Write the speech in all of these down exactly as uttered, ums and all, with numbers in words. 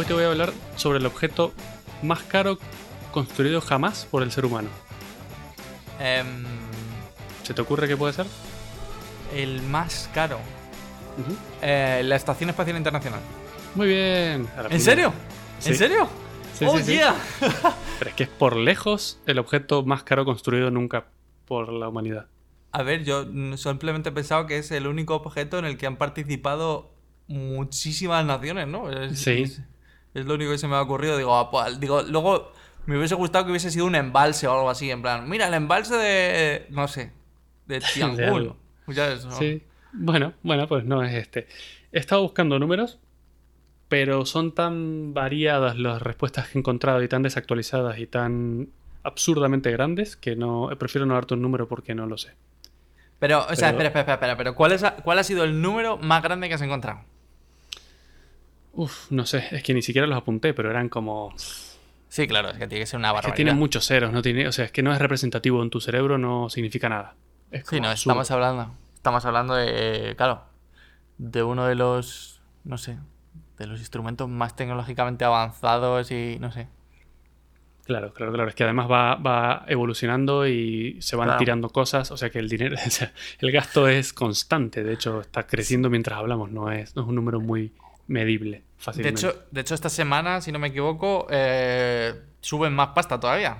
te voy a hablar sobre el objeto más caro construido jamás por el ser humano. Um, ¿Se te ocurre qué puede ser? el más caro. Uh-huh. Eh, la Estación Espacial Internacional. Muy bien. A la ¿En primera. serio? Sí. ¿En serio? Sí, ¡Oh, sí, sí. yeah! Pero es que es por lejos el objeto más caro construido nunca por la humanidad. A ver, yo simplemente he pensado que es el único objeto en el que han participado muchísimas naciones, ¿no? Es, Sí. Es, es lo único que se me ha ocurrido. Digo, ah, pues, digo, luego me hubiese gustado que hubiese sido un embalse o algo así, en plan, mira, el embalse de, no sé, de Tiangún. algo. Ya eso. Sí. Bueno, bueno, pues no es este. He estado buscando números, pero son tan variadas las respuestas que he encontrado y tan desactualizadas y tan absurdamente grandes que no prefiero no darte un número porque no lo sé. Pero, o sea, Pero- espera, espera, espera, pero ¿cuál, es, ¿cuál ha sido el número más grande que has encontrado? Uf, no sé, es que ni siquiera los apunté, pero eran como... Sí, claro, es que tiene que ser una Es que barbaridad. tienen muchos ceros, no tiene, o sea, es que no es representativo en tu cerebro, no significa nada. Es Sí, como no, absurdo. estamos hablando. Estamos hablando de, claro, de uno de los, no sé, de los instrumentos más tecnológicamente avanzados y no sé. Claro, claro, claro. Es que además va, va evolucionando y se van Claro. tirando cosas, o sea que el dinero, o sea, el gasto es constante, de hecho está creciendo mientras hablamos, no es, no es un número muy medible De fácilmente. hecho, de hecho, esta semana, si no me equivoco, eh, suben más pasta todavía.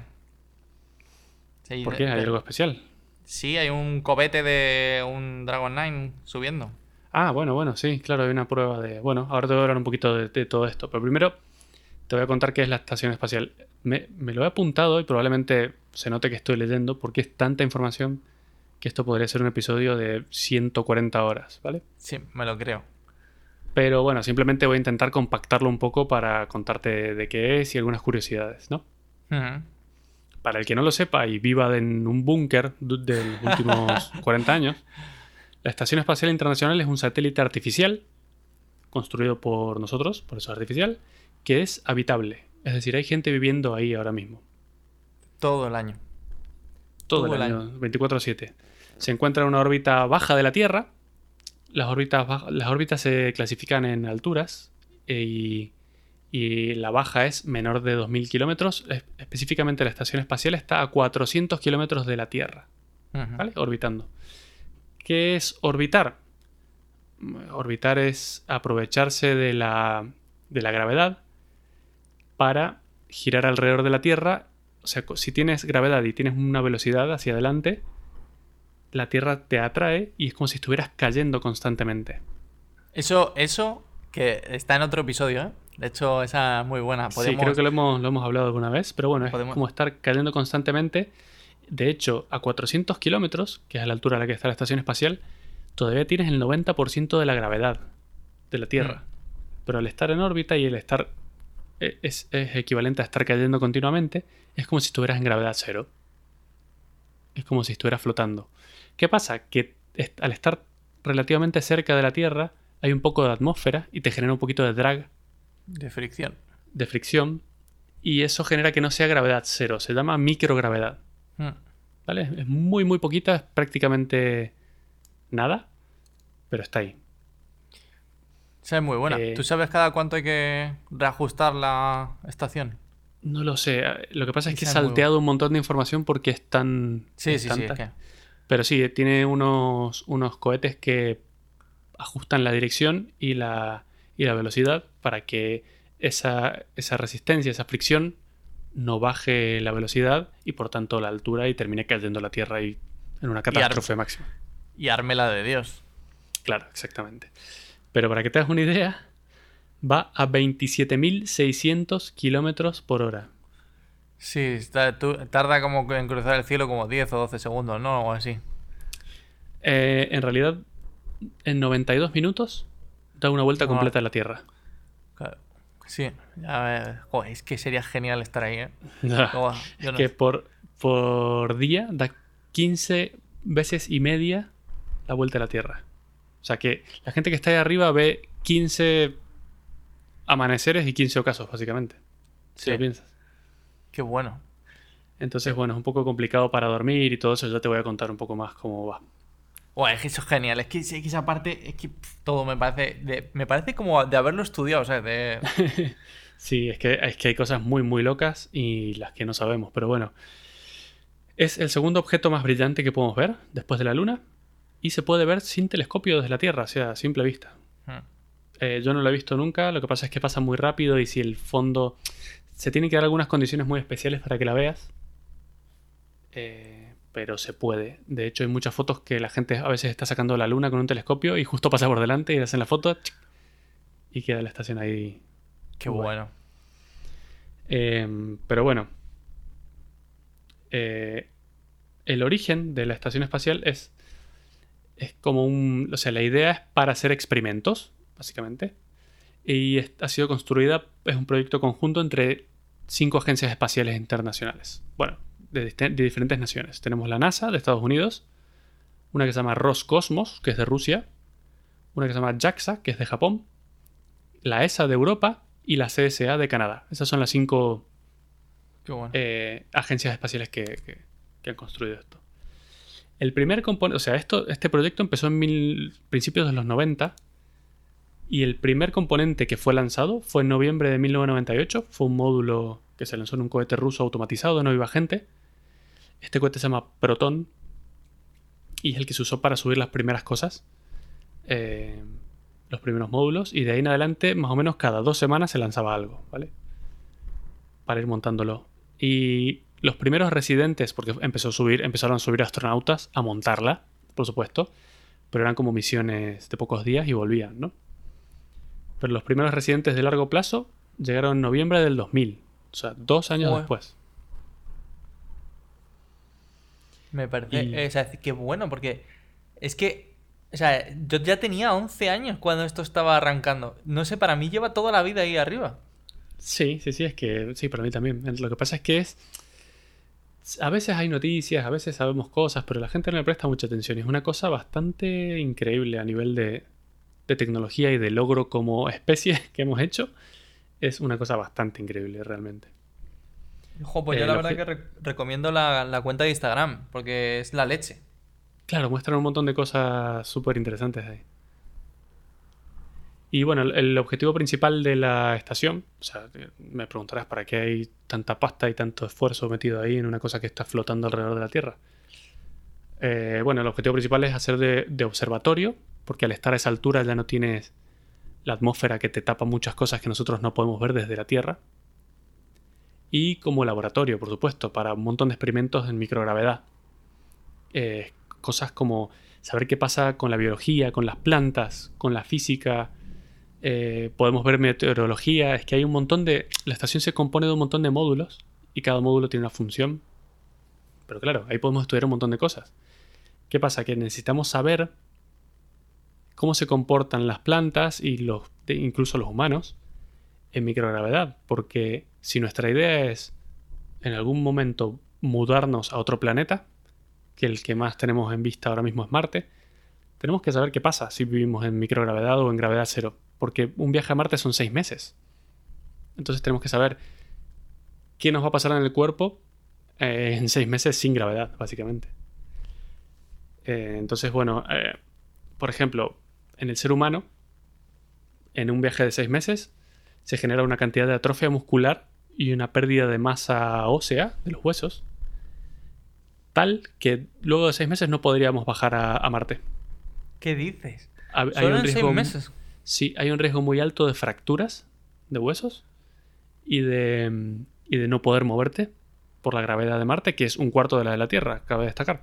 Sí, ¿Por de- qué? ¿Hay de- algo especial? Sí, hay un cobete de un Dragon Nine subiendo. Ah, bueno, bueno, sí, claro, hay una prueba de... Bueno, ahora te voy a hablar un poquito de, de todo esto, pero primero te voy a contar qué es la estación espacial. Me, me lo he apuntado y probablemente se note que estoy leyendo porque es tanta información que esto podría ser un episodio de ciento cuarenta horas, ¿vale? Sí, me lo creo. Pero bueno, simplemente voy a intentar compactarlo un poco para contarte de qué es y algunas curiosidades, ¿no? Ujú. Para el que no lo sepa y viva en un búnker du- de los últimos cuarenta años, la Estación Espacial Internacional es un satélite artificial construido por nosotros, por eso es artificial, que es habitable. Es decir, hay gente viviendo ahí ahora mismo. Todo el año. Todo, Todo el el año, veinticuatro siete. Se encuentra en una órbita baja de la Tierra. Las órbitas, baj- las órbitas se clasifican en alturas eh, y, y la baja es menor de dos mil kilómetros. Es- Específicamente la estación espacial está a cuatrocientos kilómetros de la Tierra, Ujú. ¿vale? Orbitando. ¿Qué es orbitar? Orbitar es aprovecharse de la, de la gravedad para girar alrededor de la Tierra. O sea, si tienes gravedad y tienes una velocidad hacia adelante, la Tierra te atrae y es como si estuvieras cayendo constantemente. Eso, eso que está en otro episodio, ¿eh? De hecho, esa es muy buena. Sí, Podemos... creo que lo hemos, lo hemos hablado alguna vez, pero bueno, es Podemos- como estar cayendo constantemente. De hecho, a cuatrocientos kilómetros, que es a la altura a la que está la estación espacial, todavía tienes el noventa por ciento de la gravedad de la Tierra. Mm. Pero al estar en órbita y el estar eh, es, es equivalente a estar cayendo continuamente, es como si estuvieras en gravedad cero. Es como si estuvieras flotando. ¿Qué pasa? Que est- al estar relativamente cerca de la Tierra hay un poco de atmósfera y te genera un poquito de drag, De fricción. de fricción, y eso genera que no sea gravedad cero, se llama microgravedad. Mm. ¿Vale? Es muy muy poquita, es prácticamente nada, pero está ahí. Esa es muy buena. Eh, ¿Tú sabes cada cuánto hay que reajustar la estación? No lo sé, lo que pasa es que he Esa es muy salteado un montón de información porque es tan... Sí, es sí, sí. tanta. Es que... Pero sí, tiene unos, unos cohetes que ajustan la dirección y la, y la velocidad para que esa, esa resistencia, esa fricción, no baje la velocidad y por tanto la altura y termine cayendo la Tierra y en una catástrofe máxima. Y ármela de Dios. Claro, exactamente. Pero para que te hagas una idea, va a veintisiete mil seiscientos kilómetros por hora. Sí, está- tú- tarda como en cruzar el cielo como diez o doce segundos, ¿no? O así. Eh, en realidad, en noventa y dos minutos da una vuelta Ah. completa a la Tierra. Claro. Sí. A ver, joder, es que sería genial estar ahí, ¿eh? Es Joder, yo no que sé. por, por día da quince veces y media la vuelta a la Tierra. O sea que la gente que está ahí arriba ve quince amaneceres y quince ocasos, básicamente. Si Sí. lo piensas. Qué bueno. Entonces, bueno, es un poco complicado para dormir y todo eso. Ya te voy a contar un poco más cómo va. Joder, es que eso es genial. Es que, es que esa parte, es que pff, todo me parece. de- me parece como de haberlo estudiado, o sea, de. Sí, es que, es que hay cosas muy, muy locas y las que no sabemos. Pero bueno, es el segundo objeto más brillante que podemos ver después de la Luna y se puede ver sin telescopio desde la Tierra, o sea, a simple vista. Hmm. Eh, yo no lo he visto nunca, lo que pasa es que pasa muy rápido y si el fondo... Se tienen que dar algunas condiciones muy especiales para que la veas. Eh, pero se puede. De hecho, hay muchas fotos que la gente a veces está sacando la Luna con un telescopio y justo pasa por delante y le hacen la foto ¡chic! Y queda la estación ahí. Qué Guay. bueno. Eh, pero bueno. Eh, el origen de la estación espacial es, es como un... O sea, la idea es para hacer experimentos, básicamente. Y es- ha sido construida, es un proyecto conjunto entre cinco agencias espaciales internacionales. Bueno, de, dist- de diferentes naciones. Tenemos la NASA de Estados Unidos, una que se llama Roscosmos, que es de Rusia, una que se llama JAXA, que es de Japón, la E S A de Europa y la C S A de Canadá. Esas son las cinco Qué bueno. eh, agencias espaciales que, que- que han construido esto. El primer componente, o sea, esto, este proyecto empezó en mil, principios de los noventa y el primer componente que fue lanzado fue en noviembre de mil novecientos noventa y ocho. Fue un módulo que se lanzó en un cohete ruso automatizado, no iba gente. Este cohete se llama Proton y es el que se usó para subir las primeras cosas, eh, los primeros módulos, y de ahí en adelante, más o menos cada dos semanas se lanzaba algo, ¿vale? Para ir montándolo. Y los primeros residentes, porque empezó a subir, empezaron a subir astronautas a montarla, por supuesto, pero eran como misiones de pocos días y volvían, ¿no? Pero los primeros residentes de largo plazo llegaron en noviembre del dos mil, o sea, dos años Joder. después. Me parece. Y- eh, o sea, qué bueno, porque es que. O sea, yo ya tenía once años cuando esto estaba arrancando. No sé, para mí lleva toda la vida ahí arriba. Sí, sí, sí, es que sí, para mí también. Lo que pasa es que es... A veces hay noticias, a veces sabemos cosas, pero la gente no le presta mucha atención. Y es una cosa bastante increíble a nivel de, de tecnología y de logro como especie que hemos hecho. Es una cosa bastante increíble realmente. Ojo, pues Eh, yo la lo verdad que- que re- recomiendo la, la cuenta de Instagram, porque es la leche. Claro, muestran un montón de cosas súper interesantes ahí. Y bueno, el, el objetivo principal de la estación, o sea, eh, me preguntarás para qué hay tanta pasta y tanto esfuerzo metido ahí en una cosa que está flotando alrededor de la Tierra. Eh, bueno, el objetivo principal es hacer de, de observatorio, porque al estar a esa altura ya no tienes la atmósfera que te tapa muchas cosas que nosotros no podemos ver desde la Tierra. Y como laboratorio, por supuesto, para un montón de experimentos en microgravedad. Eh, cosas como saber qué pasa con la biología, con las plantas, con la física. Eh, podemos ver meteorología. Es que hay un montón de... La estación se compone de un montón de módulos y cada módulo tiene una función. Pero claro, ahí podemos estudiar un montón de cosas. ¿Qué pasa? Que necesitamos saber cómo se comportan las plantas y los, incluso los humanos en microgravedad. Porque si nuestra idea es en algún momento mudarnos a otro planeta, que el que más tenemos en vista ahora mismo es Marte, tenemos que saber qué pasa si vivimos en microgravedad o en gravedad cero. Porque un viaje a Marte son seis meses. Entonces tenemos que saber qué nos va a pasar en el cuerpo eh, en seis meses sin gravedad, básicamente. Eh, entonces, bueno, eh, por ejemplo, en el ser humano, en un viaje de seis meses, se genera una cantidad de atrofia muscular y una pérdida de masa ósea de los huesos, tal que luego de seis meses no podríamos bajar a, a Marte. ¿Qué dices? Ha- Hay Solo un en riesgo, seis meses. sí, hay un riesgo muy alto de fracturas de huesos y de, y de no poder moverte por la gravedad de Marte, que es un cuarto de la de la Tierra, cabe destacar.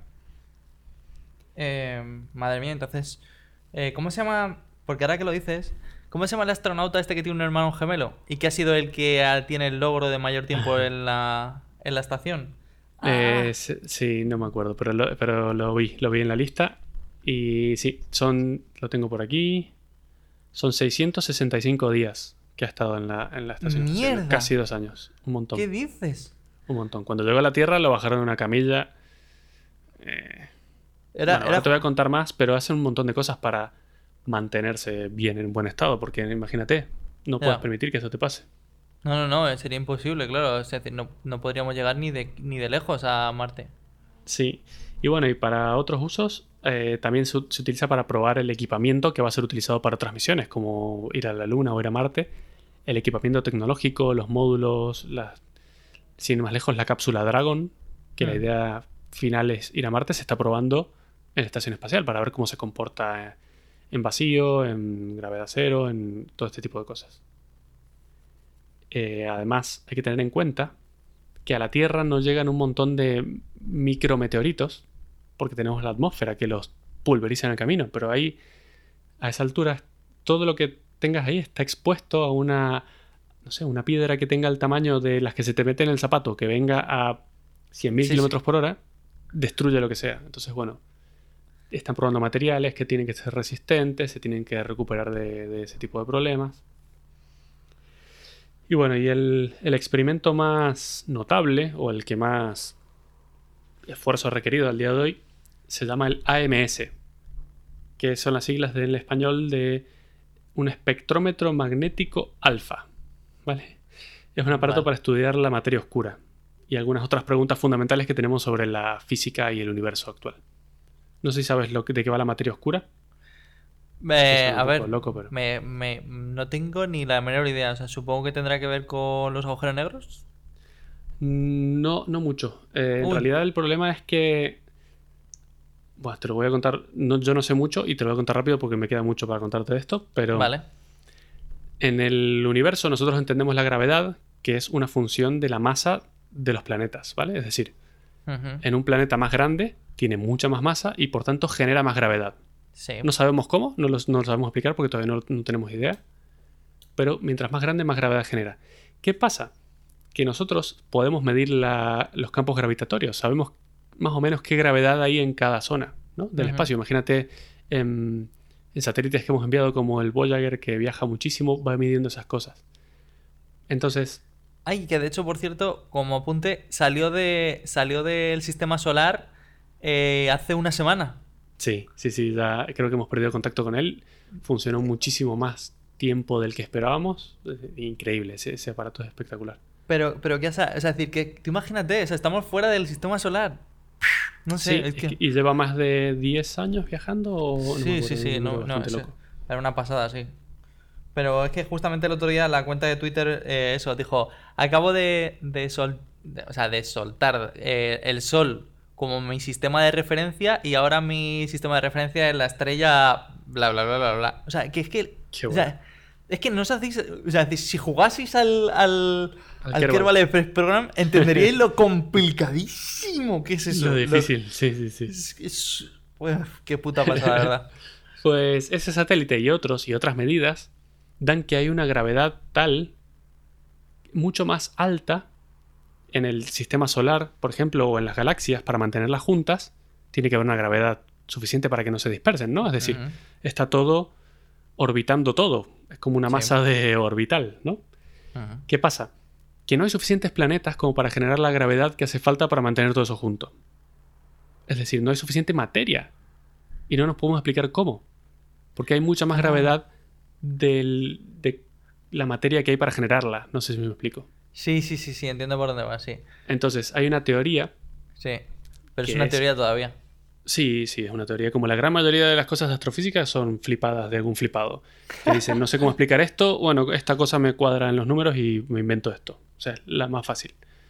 Eh, madre mía, entonces. eh, ¿Cómo se llama? Porque ahora que lo dices. ¿Cómo se llama el astronauta este que tiene un hermano gemelo? Y que ha sido el que ah, tiene el logro de mayor tiempo en la, en la estación. Eh, Ah, sí, sí, no me acuerdo, pero lo, pero lo vi, lo vi en la lista. Y sí, son, lo tengo por aquí. Son seiscientos sesenta y cinco días que ha estado en la, en la estación espacial. ¡Mierda! Casi dos años. Un montón. ¿qué dices? Un montón. Cuando llegó a la Tierra lo bajaron en una camilla. Eh, Era, bueno, era... ahora te voy a contar más, pero hacen un montón de cosas para mantenerse bien en buen estado. Porque imagínate, no puedes Ya. permitir que eso te pase. No, no, no, eh, sería imposible, claro. Es decir, no, no podríamos llegar ni de, ni de lejos a Marte. Sí. Y bueno, y para otros usos eh, también se, se utiliza para probar el equipamiento que va a ser utilizado para otras misiones, como ir a la Luna o ir a Marte. el equipamiento tecnológico, los módulos, las, sin ir más lejos, la cápsula Dragon, que mm. la idea final es ir a Marte, se está probando en la estación espacial para ver cómo se comporta en vacío, en gravedad cero, en todo este tipo de cosas. Eh, además, hay que tener en cuenta que a la Tierra nos llegan un montón de micrometeoritos, porque tenemos la atmósfera que los pulveriza en el camino, pero ahí, a esa altura, todo lo que tengas ahí está expuesto a una, no sé, una piedra que tenga el tamaño de las que se te mete en el zapato, que venga a cien mil sí, kilómetros sí. por hora, destruye lo que sea. Entonces, bueno, están probando materiales que tienen que ser resistentes, se tienen que recuperar de, de ese tipo de problemas. Y bueno, y el, el experimento más notable, o el que más esfuerzo ha requerido al día de hoy, se llama el A M S, que son las siglas del español de un espectrómetro magnético alfa, ¿vale? Es un aparato vale. para estudiar la materia oscura y algunas otras preguntas fundamentales que tenemos sobre la física y el universo actual. No sé si sabes lo que, de qué va la materia oscura. Eh, a ver, loco, pero... me, me, no tengo ni la menor idea. O sea, supongo que tendrá que ver con los agujeros negros. No, no mucho. Eh, en realidad el problema es que... Bueno, te lo voy a contar. No, yo no sé mucho y te lo voy a contar rápido porque me queda mucho para contarte de esto. Pero vale. En el universo nosotros entendemos la gravedad, que es una función de la masa de los planetas, ¿vale? Es decir, uh-huh. en un planeta más grande tiene mucha más masa y por tanto genera más gravedad. Sí. No sabemos cómo, no lo, no lo sabemos explicar porque todavía no, no tenemos idea. Pero mientras más grande, más gravedad genera. ¿Qué pasa? Que nosotros podemos medir la, los campos gravitatorios. Sabemos más o menos qué gravedad hay en cada zona, ¿no? del uh-huh. espacio. Imagínate en, en satélites que hemos enviado como el Voyager, que viaja muchísimo, va midiendo esas cosas. Entonces... Ay, que de hecho, por cierto, como apunte, salió de salió del sistema solar eh, hace una semana. Sí, sí, sí, ya creo que hemos perdido contacto con él. Funcionó muchísimo más tiempo del que esperábamos. Increíble, ese, ese aparato es espectacular. Pero, pero ¿qué hace? O sea, es decir, que tú imagínate, o sea, estamos fuera del sistema solar. No sé. Sí, es que... ¿y lleva más de diez años viajando? O sí, no sí, sí, no, no, sí. Era una pasada, sí. Pero es que justamente el otro día la cuenta de Twitter, eh, eso, dijo, acabo de, de, sol, de, o sea, de soltar eh, el Sol como mi sistema de referencia y ahora mi sistema de referencia es la estrella bla, bla, bla, bla, bla. O sea, que es que... Qué o bueno. sea, es que no os hacéis... O sea, si jugaseis al... al Al, al Kerbal Express Program, entenderíais lo complicadísimo que es eso. Lo difícil, lo... sí, sí, sí. Es, es... Pues, qué puta pasada, la verdad. Pues ese satélite y otros y otras medidas dan que hay una gravedad tal, mucho más alta en el sistema solar, por ejemplo, o en las galaxias, para mantenerlas juntas, tiene que haber una gravedad suficiente para que no se dispersen, ¿no? Es decir, uh-huh. está todo orbitando todo. Es como una masa sí. de orbital, ¿no? Uh-huh. ¿Qué pasa? Que no hay suficientes planetas como para generar la gravedad que hace falta para mantener todo eso junto. Es decir, no hay suficiente materia. Y no nos podemos explicar cómo. Porque hay mucha más gravedad del, de la materia que hay para generarla. No sé si me explico. Sí, sí, sí, sí, entiendo por dónde va, sí. Entonces, hay una teoría... Sí, pero es una es... teoría todavía. Sí, sí, es una teoría. Como la gran mayoría de las cosas de astrofísica son flipadas de algún flipado. Que dicen, no sé cómo explicar esto, bueno, esta cosa me cuadra en los números y me invento esto. O sea, es la más fácil.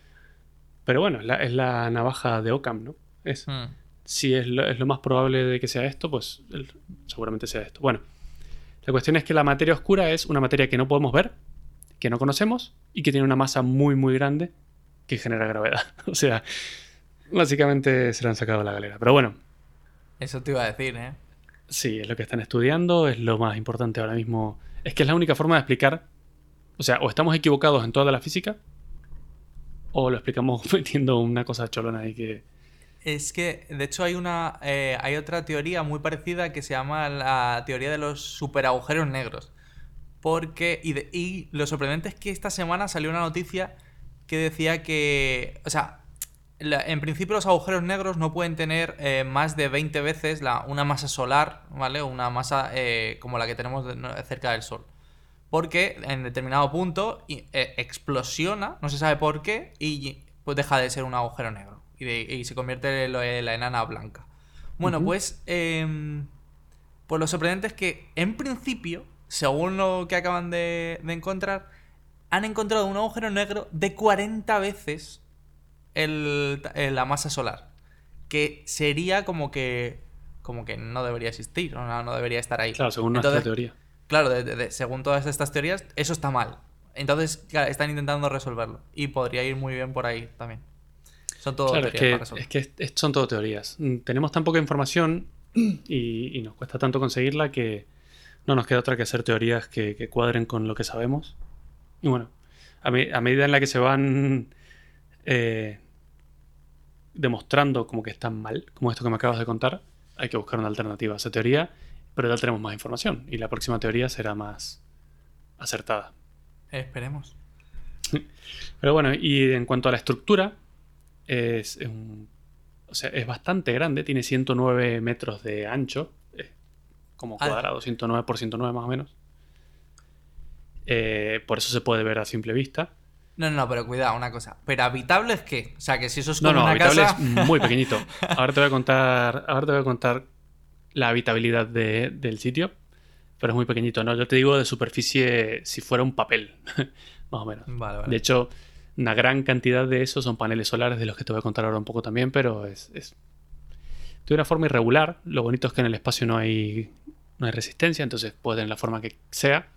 Pero bueno, es la, es la navaja de Occam, ¿no? Es, mm. Si es lo, es lo más probable de que sea esto, pues el, seguramente sea esto. Bueno, la cuestión es que la materia oscura es una materia que no podemos ver, que no conocemos y que tiene una masa muy, muy grande que genera gravedad. O sea, básicamente se la han sacado de la galera. Pero bueno. Eso te iba a decir, ¿eh? Sí, es lo que están estudiando, es lo más importante ahora mismo. Es que es la única forma de explicar. O sea, o estamos equivocados en toda la física, o lo explicamos metiendo una cosa cholona ahí que... Es que, de hecho, hay una eh, hay otra teoría muy parecida que se llama la teoría de los superagujeros negros. Porque, y, de, y lo sorprendente es que esta semana salió una noticia que decía que, o sea, la, en principio los agujeros negros no pueden tener eh, más de veinte veces la, una masa solar, ¿vale? Una masa eh, como la que tenemos de, no, cerca del Sol. Porque en determinado punto eh, explosiona, no se sabe por qué, y pues deja de ser un agujero negro. Y, de, y se convierte en, lo, en la enana blanca. Bueno, uh-huh. pues, eh, pues lo sorprendente es que, en principio, según lo que acaban de, de encontrar, han encontrado un agujero negro de cuarenta veces el, el- la masa solar. Que sería como que como que no debería existir, no, no debería estar ahí. Claro, según nuestra Entonces, teoría. claro, de- de- de- según todas estas teorías, eso está mal. Entonces, claro, están intentando resolverlo. Y podría ir muy bien por ahí también. Son todo Claro, es teorías que, para resolver. es que es- es- son todo teorías. Mm, Tenemos tan poca información y, y nos cuesta tanto conseguirla que no nos queda otra que hacer teorías que, que cuadren con lo que sabemos. Y bueno, a, me- a medida en la que se van eh, demostrando como que están mal, como esto que me acabas de contar, hay que buscar una alternativa a esa teoría, pero ya tenemos más información y la próxima teoría será más acertada. Esperemos. Pero bueno, y en cuanto a la estructura, es, es un- o sea, es bastante grande, tiene ciento nueve metros de ancho, es como Ah. cuadrado, ciento nueve por ciento nueve más o menos. Eh, por eso se puede ver a simple vista. No, no, no, pero cuidado, una cosa. ¿Pero habitable es qué? O sea, que si eso es No, como no, una habitable casa... es muy pequeñito. Ahora te voy a contar, ahora te voy a contar la habitabilidad de- del sitio, pero es muy pequeñito, ¿no? Yo te digo de superficie si fuera un papel, más o menos. Vale, vale. De hecho, una gran cantidad de esos son paneles solares, de los que te voy a contar ahora un poco también, pero es, es de una forma irregular. Lo bonito es que en el espacio no hay, no hay resistencia, entonces puede tener la forma que sea,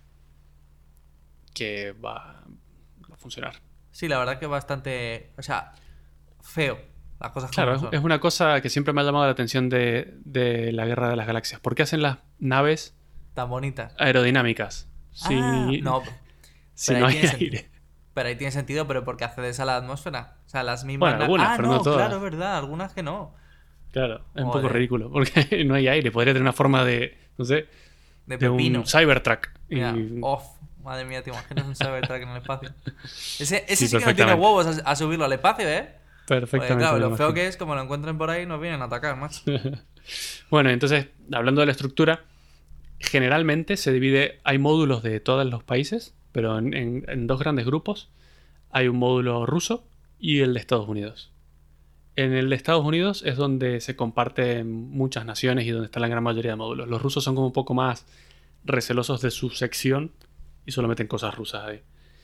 que va, va a funcionar. Sí, la verdad que bastante... O sea, feo. Las cosas Claro, como es, son. es una cosa que siempre me ha llamado la atención de, de la Guerra de las Galaxias. ¿Por qué hacen las naves Tan bonitas. aerodinámicas si, Ah, no, si pero no ahí hay tiene aire? sentido. Pero ahí tiene sentido, pero porque accedes a la atmósfera. O sea, las mismas... Bueno, na- algunas, ah, pero no, no todas. claro, es verdad. Algunas que no. Claro, es un poco Joder. ridículo, porque no hay aire. Podría tener una forma de, no sé, De de pepino. un Cybertruck. Y- Mira, off. Madre mía, ¿te imaginas un Cybertruck en el espacio? Ese, ese sí, Sí, que no tiene perfectamente. huevos a, a subirlo al espacio, ¿eh? Porque, Perfectamente. claro, me lo feo imagino. que es, como lo encuentren por ahí, nos vienen a atacar, macho. Bueno, entonces, hablando de la estructura, generalmente se divide, hay módulos de todos los países, pero en, en- en dos grandes grupos. Hay un módulo ruso y el de Estados Unidos. En el de Estados Unidos es donde se comparten muchas naciones y donde está la gran mayoría de módulos. Los rusos son como un poco más recelosos de su sección y solo meten cosas rusas ahí.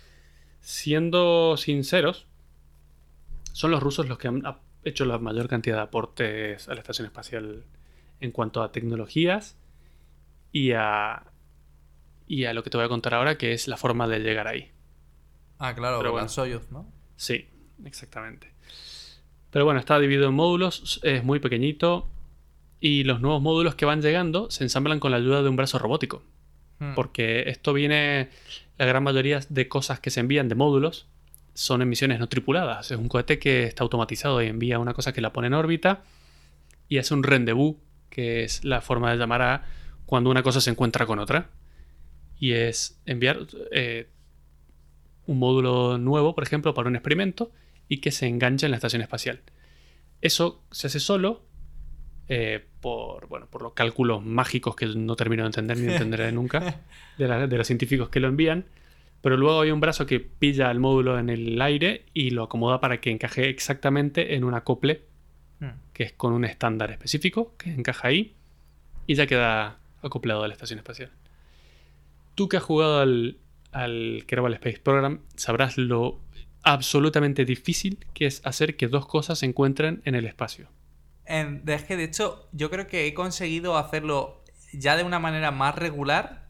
Siendo sinceros, son los rusos los que han ap- hecho la mayor cantidad de aportes a la estación espacial en cuanto a tecnologías y a, y a lo que te voy a contar ahora, que es la forma de llegar ahí. Ah, claro, Pero con bueno. la Soyuz, ¿no? Sí, exactamente. Pero bueno, está dividido en módulos, es muy pequeñito y los nuevos módulos que van llegando se ensamblan con la ayuda de un brazo robótico. Hmm. Porque esto viene, la gran mayoría de cosas que se envían de módulos son en misiones no tripuladas. Es un cohete que está automatizado y envía una cosa que la pone en órbita y hace un rendezvous, que es la forma de llamar a cuando una cosa se encuentra con otra. Y es enviar eh, un módulo nuevo, por ejemplo, para un experimento y que se enganche en la estación espacial. Eso se hace solo eh, por, bueno, por los cálculos mágicos que no termino de entender ni entenderé nunca de, la- de los científicos que lo envían. Pero luego hay un brazo que pilla el módulo en el aire y lo acomoda para que encaje exactamente en un acople Hmm. que es con un estándar específico que encaja ahí y ya queda acoplado a la estación espacial. Tú que has jugado al, al Kerbal Space Program sabrás lo absolutamente difícil que es hacer que dos cosas se encuentren en el espacio. En- es que, de hecho, yo creo que he conseguido hacerlo ya de una manera más regular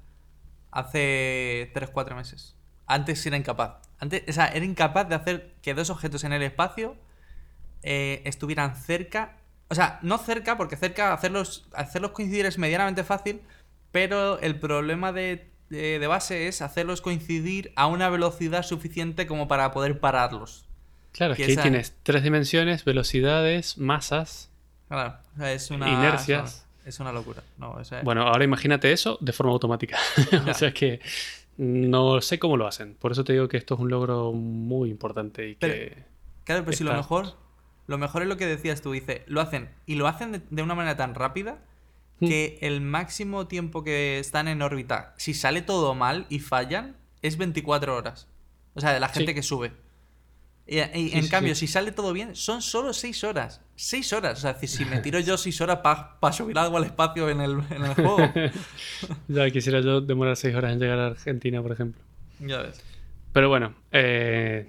hace tres cuatro meses. Antes era incapaz. Antes, o sea, era incapaz de hacer que dos objetos en el espacio eh, estuvieran cerca. O sea, no cerca, porque cerca hacerlos, hacerlos coincidir es medianamente fácil, pero el problema de, de, de base es hacerlos coincidir a una velocidad suficiente como para poder pararlos. Claro, es Que que ahí esa- tienes tres dimensiones, velocidades, masas. Claro, o sea, es una... Inercias. Es una locura. No, o sea, Bueno, ahora imagínate eso de forma automática. Ya. O sea, es que no sé cómo lo hacen. Por eso te digo que esto es un logro muy importante y que... Pero- Claro, pero si lo Está- mejor, lo mejor es lo que decías tú, dice, lo hacen, y lo hacen de, de una manera tan rápida Mm. que el máximo tiempo que están en órbita, si sale todo mal y fallan, es veinticuatro horas. O sea, de la gente Sí. que sube. Y, y Sí, en sí, cambio, sí. si sale todo bien, son solo seis horas. seis horas. O sea, si si me tiro yo seis horas para subir algo al espacio en el, en el juego. Ya quisiera yo demorar seis horas en llegar a Argentina, por ejemplo. Ya ves. Pero bueno, eh...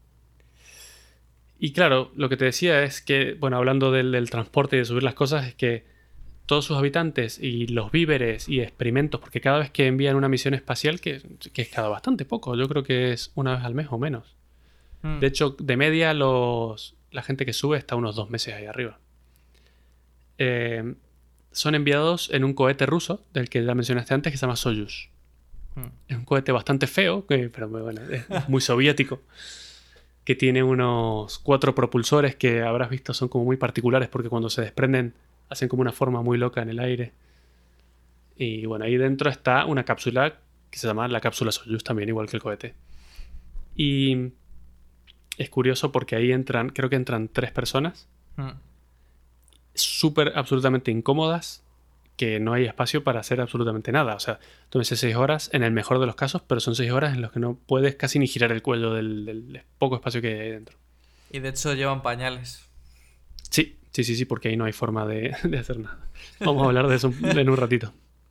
y claro, lo que te decía es que, bueno, hablando del, del transporte y de subir las cosas, es que todos sus habitantes y los víveres y experimentos, porque cada vez que envían una misión espacial, que, que es cada bastante poco, yo creo que es una vez al mes o menos. Mm. De hecho, de media los la gente que sube está unos dos meses ahí arriba. Eh, son enviados en un cohete ruso, del que ya mencionaste antes, que se llama Soyuz. Mm. Es un cohete bastante feo, que, pero bueno, es muy soviético. Que tiene unos cuatro propulsores que habrás visto son como muy particulares porque cuando se desprenden hacen como una forma muy loca en el aire. Y bueno, ahí dentro está una cápsula que se llama la cápsula Soyuz también, igual que el cohete. Y es curioso porque ahí entran, creo que entran tres personas. Mm. Súper absolutamente incómodas, que no hay espacio para hacer absolutamente nada. O sea, tómense seis horas en el mejor de los casos, pero son seis horas en las que no puedes casi ni girar el cuello del, del poco espacio que hay dentro. Y de hecho llevan pañales. Sí, sí, sí, sí, porque ahí no hay forma de, de hacer nada. Vamos a hablar de eso en un ratito.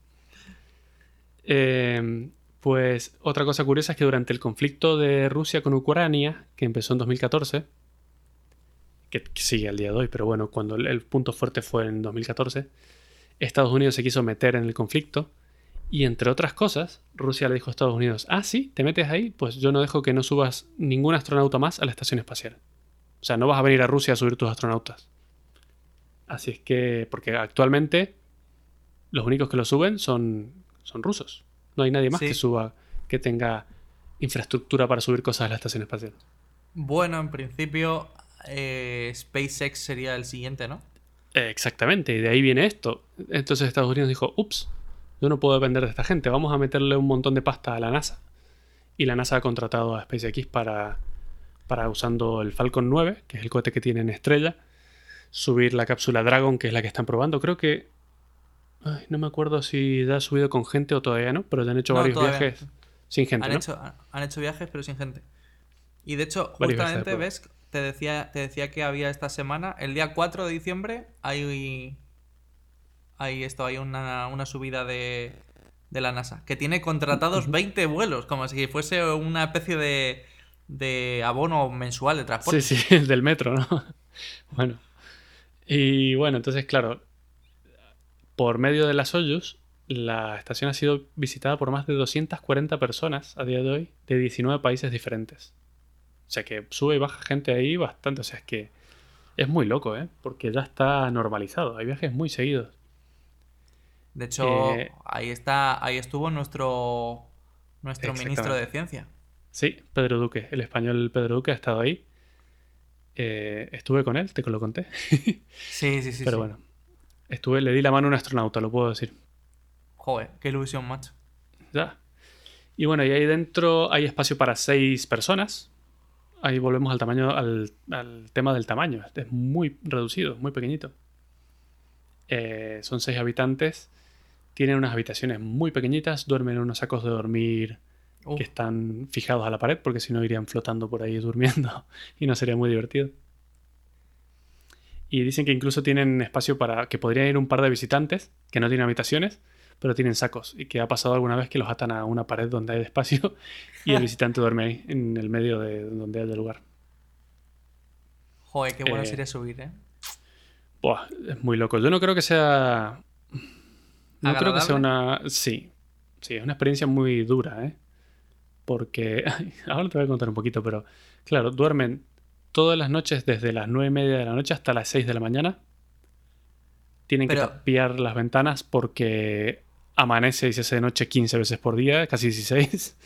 Eh, pues otra cosa curiosa es que durante el conflicto de Rusia con Ucrania, que empezó en dos mil catorce, que, que sigue al día de hoy, pero bueno, cuando el, el punto fuerte fue en dos mil catorce, Estados Unidos se quiso meter en el conflicto y, entre otras cosas, Rusia le dijo a Estados Unidos: ah, sí, te metes ahí, pues yo no dejo que no subas ningún astronauta más a la estación espacial. O sea, no vas a venir a Rusia a subir tus astronautas. Así es que, porque actualmente los únicos que lo suben son, son rusos. No hay nadie más sí. que suba, que tenga infraestructura para subir cosas a la estación espacial. Bueno, en principio, eh, SpaceX sería el siguiente, ¿no? Exactamente, y de ahí viene esto. Entonces Estados Unidos dijo: ups, yo no puedo depender de esta gente, vamos a meterle un montón de pasta a la NASA. Y la NASA ha contratado a SpaceX para, para usando el Falcon nueve, que es el cohete que tiene en estrella, subir la cápsula Dragon, que es la que están probando. Creo que... Ay, no me acuerdo si ya ha subido con gente o todavía no, pero ya han hecho no, varios viajes no. sin gente, han ¿no? Hecho, han hecho viajes, pero sin gente. Y de hecho, justamente, ves... Te decía, te decía que había esta semana, el día cuatro de diciembre, hay, hay, esto, hay una, una subida de, de la NASA, que tiene contratados veinte vuelos, como si fuese una especie de, de abono mensual de transporte. Sí, sí, del metro, ¿no? Bueno. Y bueno, entonces, claro, por medio de la Soyuz, la estación ha sido visitada por más de doscientas cuarenta personas a día de hoy, de diecinueve países diferentes. O sea que sube y baja gente ahí bastante. O sea, es que es muy loco, ¿eh? Porque ya está normalizado. Hay viajes muy seguidos. De hecho, eh, ahí está, ahí estuvo nuestro, nuestro ministro de Ciencia. Sí, Pedro Duque. El español Pedro Duque ha estado ahí. Eh, estuve con él, te lo conté. Sí, sí, sí. Pero sí. bueno, estuve, le di la mano a un astronauta, lo puedo decir. Joder, qué ilusión, macho. Ya. Y bueno, y ahí dentro hay espacio para seis personas. Ahí volvemos al tamaño, al, al tema del tamaño. Es muy reducido, muy pequeñito. Eh, son seis habitantes. Tienen unas habitaciones muy pequeñitas. Duermen en unos sacos de dormir uh. que están fijados a la pared, porque si no irían flotando por ahí durmiendo y no sería muy divertido. Y dicen que incluso tienen espacio para que podrían ir un par de visitantes que no tienen habitaciones, pero tienen sacos, y que ha pasado alguna vez que los atan a una pared donde hay espacio y el visitante duerme ahí, en el medio de donde haya lugar. Joder, qué bueno eh, sería subir, ¿eh? Buah, es muy loco. Yo no creo que sea... No ¿agradable? Creo que sea una... Sí, sí, es una experiencia muy dura, ¿eh? Porque... Ahora te voy a contar un poquito, pero... Claro, duermen todas las noches desde las nueve y media de la noche hasta las seis de la mañana. Tienen pero... que tapiar las ventanas porque amanece y se hace de noche quince veces por día, casi dieciséis.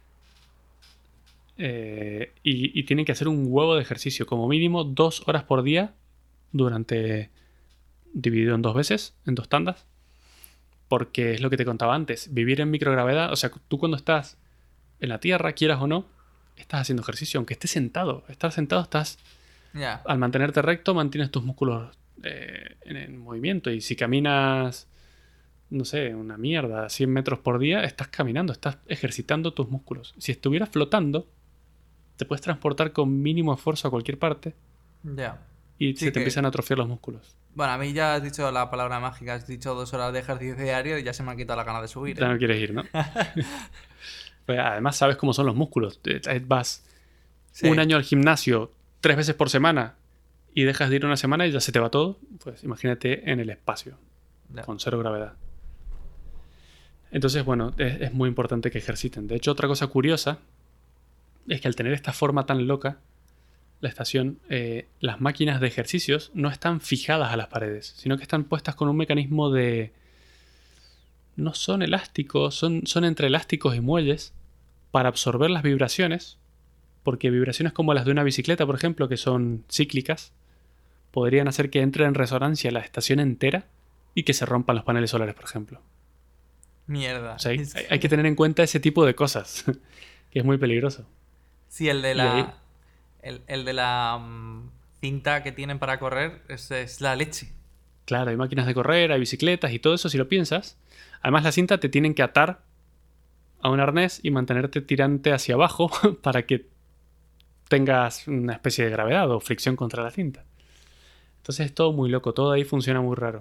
Eh, y, y tienen que hacer un huevo de ejercicio, como mínimo dos horas por día, durante dividido en dos veces, en dos tandas. Porque es lo que te contaba antes, vivir en microgravedad, o sea, tú cuando estás en la Tierra, quieras o no, estás haciendo ejercicio, aunque estés sentado. Estar sentado estás... Yeah. Al mantenerte recto, mantienes tus músculos eh, en, en movimiento. Y si caminas, no sé, una mierda, cien metros por día, estás caminando, estás ejercitando tus músculos. Si estuvieras flotando, te puedes transportar con mínimo esfuerzo a cualquier parte. Ya. Yeah. Y sí se te que... empiezan a atrofiar los músculos. Bueno, a mí ya has dicho la palabra mágica, has dicho dos horas de ejercicio diario y ya se me ha quitado la gana de subir. ¿eh? Ya no quieres ir, ¿no? Pues, además sabes cómo son los músculos. Eh, Vas Sí. un año al gimnasio tres veces por semana y dejas de ir una semana y ya se te va todo. Pues imagínate en el espacio, Ya. con cero gravedad. Entonces, bueno, es, es muy importante que ejerciten. De hecho, otra cosa curiosa es que al tener esta forma tan loca, la estación, eh, las máquinas de ejercicios no están fijadas a las paredes, sino que están puestas con un mecanismo de... No son elásticos, son, son entre elásticos y muelles para absorber las vibraciones, porque vibraciones como las de una bicicleta, por ejemplo, que son cíclicas, podrían hacer que entre en resonancia la estación entera y que se rompan los paneles solares, por ejemplo. Mierda. O sea, hay, Es que- hay que tener en cuenta ese tipo de cosas, que es muy peligroso. Sí, el de Y la. ahí- El, el de la mm, cinta que tienen para correr es, es la leche. Claro, hay máquinas de correr, hay bicicletas y todo eso, si lo piensas. Además, la cinta te tienen que atar a un arnés y mantenerte tirante hacia abajo para que tengas una especie de gravedad o fricción contra la cinta. Entonces es todo muy loco, todo ahí funciona muy raro.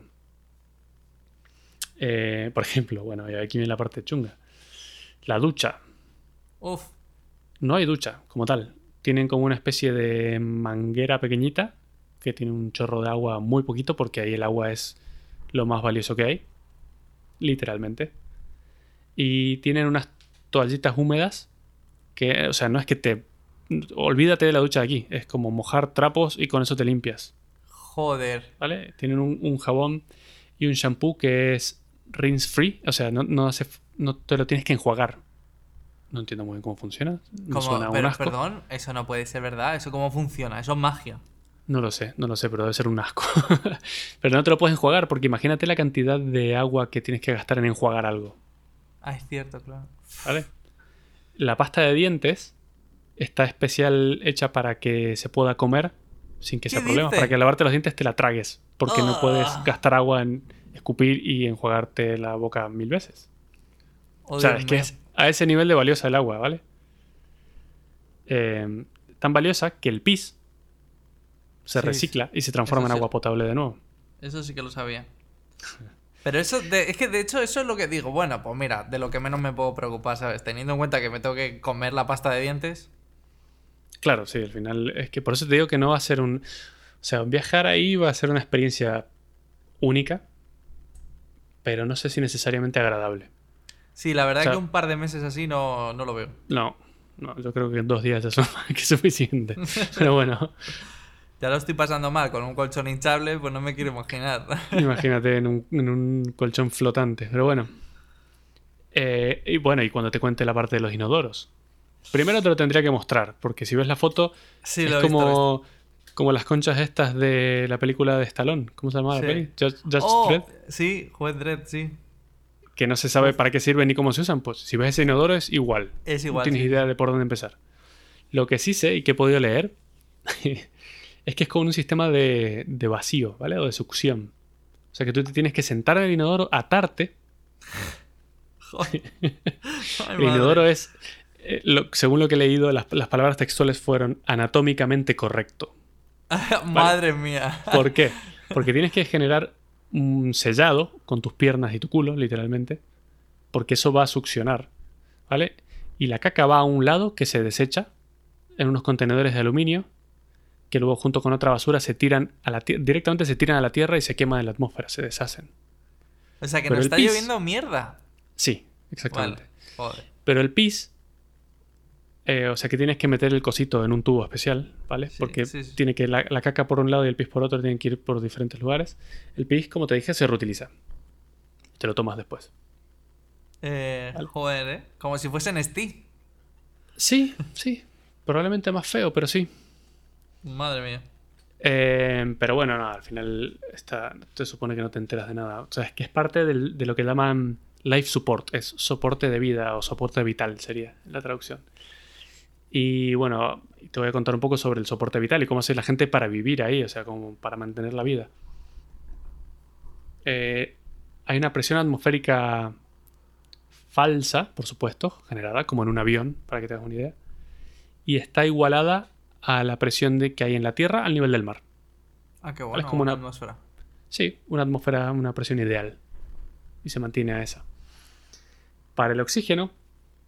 Eh, por ejemplo, bueno, aquí viene la parte chunga. La ducha. Uf. No hay ducha como tal. Tienen como una especie de manguera pequeñita que tiene un chorro de agua muy poquito porque ahí el agua es lo más valioso que hay. Literalmente. Y tienen unas toallitas húmedas que, o sea, no es que te... Olvídate de la ducha de aquí. Es como mojar trapos y con eso te limpias. Joder. ¿Vale? Tienen un, un jabón y un shampoo que es rinse free. O sea, no, no, hace, no te lo tienes que enjuagar. No entiendo muy bien cómo funciona. Me Como, suena a un pero asco. perdón, eso no puede ser verdad. ¿Eso cómo funciona? Eso es magia. No lo sé, no lo sé, pero debe ser un asco. Pero no te lo puedes enjuagar porque imagínate la cantidad de agua que tienes que gastar en enjuagar algo. Ah, es cierto, claro. ¿Vale? La pasta de dientes está especial hecha para que se pueda comer sin que sea ¿Qué problema. dice? Para que al lavarte los dientes te la tragues. Porque no Ah. puedes gastar agua en escupir y enjuagarte la boca mil veces. Oh, O sea, Dios es que mío. es a ese nivel de valiosa el agua, ¿vale? Eh, tan valiosa que el pis se Sí, recicla y se transforma eso en sí. agua potable de nuevo. Eso sí que lo sabía. Pero eso, de- es que de hecho eso es lo que digo. Bueno, pues mira, de lo que menos me puedo preocupar, ¿sabes? Teniendo en cuenta que me tengo que comer la pasta de dientes. Claro, sí, al final es que por eso te digo que no va a ser un... O sea, viajar ahí va a ser una experiencia única, pero no sé si necesariamente agradable. Sí, la verdad O sea- que un par de meses así no, no lo veo. No, no, yo creo que en dos días ya son más que suficiente. Pero bueno, Ya lo estoy pasando mal con un colchón hinchable, pues no me quiero imaginar. imagínate en un, en un colchón flotante. Pero bueno. Eh, y bueno, y cuando te cuente la parte de los inodoros. Primero te lo tendría que mostrar, porque si ves la foto Sí, es lo he visto, lo he como, como las conchas estas de la película de Stallone. ¿Cómo se llamaba Sí. la peli? Judge, Judge Oh, Dredd. sí, Juez Dredd, sí. Que no se sabe para qué sirven ni cómo se usan. Pues si ves ese inodoro es igual. Es No igual, tienes sí. idea de por dónde empezar. Lo que sí sé y que he podido leer es que es como un sistema de, de vacío, ¿vale? O de succión. O sea que tú te tienes que sentar en el inodoro, atarte. Joder. Ay, El madre. inodoro es, eh, lo- según lo que he leído, las, las palabras textuales fueron anatómicamente correcto. Madre mía. ¿Por qué? Porque tienes que generar un sellado con tus piernas y tu culo, literalmente, porque eso va a succionar, ¿vale? Y la caca va a un lado que se desecha en unos contenedores de aluminio que luego junto con otra basura se tiran a la tie- directamente se tiran a la tierra y se queman en la atmósfera, se deshacen. O sea que Pero nos el está pis- lloviendo mierda. Sí, exactamente. Vale, joder. Pero el pis, eh, o sea que tienes que meter el cosito en un tubo especial, ¿vale? Sí, Porque sí, sí. tiene que la, la caca por un lado y el pis por otro tienen que ir por diferentes lugares. El pis, como te dije, se reutiliza. Te lo tomas después. Eh, Vale. Joder, ¿eh? Como si fuesen Steve. Sí, sí. Probablemente más feo, pero sí. Madre mía. Eh, pero bueno, no, al final está, te supone que no te enteras de nada. O sea, es que es parte del- de lo que llaman life support. Es soporte de vida o soporte vital sería la traducción. Y bueno, te voy a contar un poco sobre el soporte vital y cómo hace la gente para vivir ahí, o sea, como para mantener la vida. Eh, hay una presión atmosférica falsa, por supuesto, generada como en un avión, para que te hagas una idea. Y está igualada a la presión de, que hay en la Tierra al nivel del mar. Ah, qué Vale, bueno. es como una una- atmósfera. Sí, una atmósfera, una presión ideal. Y se mantiene a esa. Para el oxígeno,